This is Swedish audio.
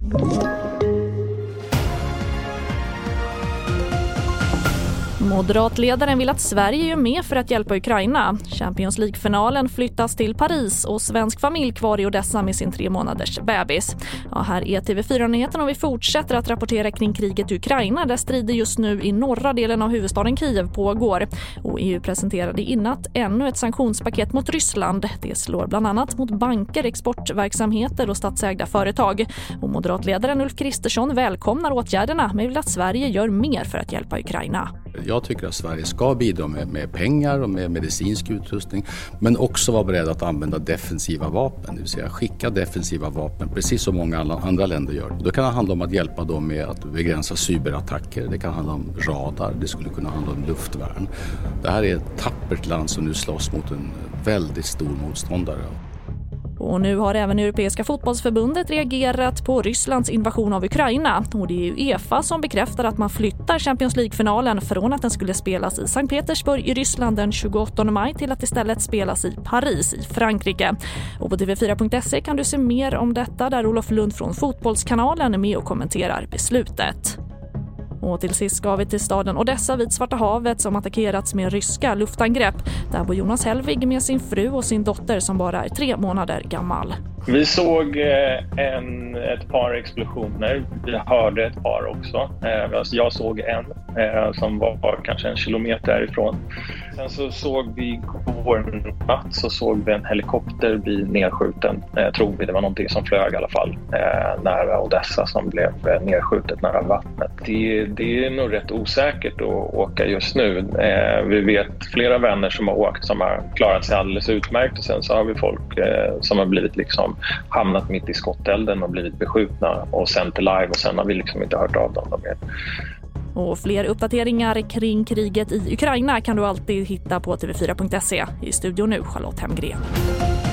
Moderatledaren vill att Sverige gör mer för att hjälpa Ukraina. Champions League-finalen flyttas till Paris och svensk familj kvar i Odessa med sin 3 månaders bebis. Ja, här är TV4-nyheten och vi fortsätter att rapportera kring kriget i Ukraina där strider just nu i norra delen av huvudstaden Kiev pågår. Och EU presenterade i natt ännu ett sanktionspaket mot Ryssland. Det slår bland annat mot banker, exportverksamheter och statsägda företag. Och moderatledaren Ulf Kristersson välkomnar åtgärderna men vill att Sverige gör mer för att hjälpa Ukraina. Jag tycker att Sverige ska bidra med pengar och med medicinsk utrustning men också vara beredd att använda defensiva vapen, det vill säga skicka defensiva vapen precis som många andra länder gör. Då kan det handla om att hjälpa dem med att begränsa cyberattacker, det kan handla om radar, det skulle kunna handla om luftvärn. Det här är ett tappert land som nu slåss mot en väldigt stor motståndare. Och nu har även Europeiska fotbollsförbundet reagerat på Rysslands invasion av Ukraina. Och det är ju UEFA som bekräftar att man flyttar Champions League-finalen från att den skulle spelas i Sankt Petersburg i Ryssland den 28 maj till att istället spelas i Paris i Frankrike. Och på tv4.se kan du se mer om detta där Olof Lund från Fotbollskanalen är med och kommenterar beslutet. Och till sist ska vi till staden Odessa vid Svarta havet som attackerats med ryska luftangrepp. Där bor Jonas Hellvig med sin fru och sin dotter som bara är 3 månader gammal. Vi såg ett par explosioner. Vi hörde ett par också. Jag såg en som var kanske 1 kilometer därifrån. Sen så såg vi igår natt såg vi en helikopter bli nedskjuten. Tror vi det var någonting som flög i alla fall nära Odessa som blev nedskjutet nära vattnet. Det är nog rätt osäkert att åka just nu. Vi vet flera vänner som har åkt som har klarat sig alldeles utmärkt och sen så har vi folk som har blivit liksom hamnat mitt i skottelden och blivit beskjutna och sänt till live och sen har vi liksom inte hört av dem mer. Och fler uppdateringar kring kriget i Ukraina kan du alltid hitta på tv4.se. I studion nu Charlotte Hemgren.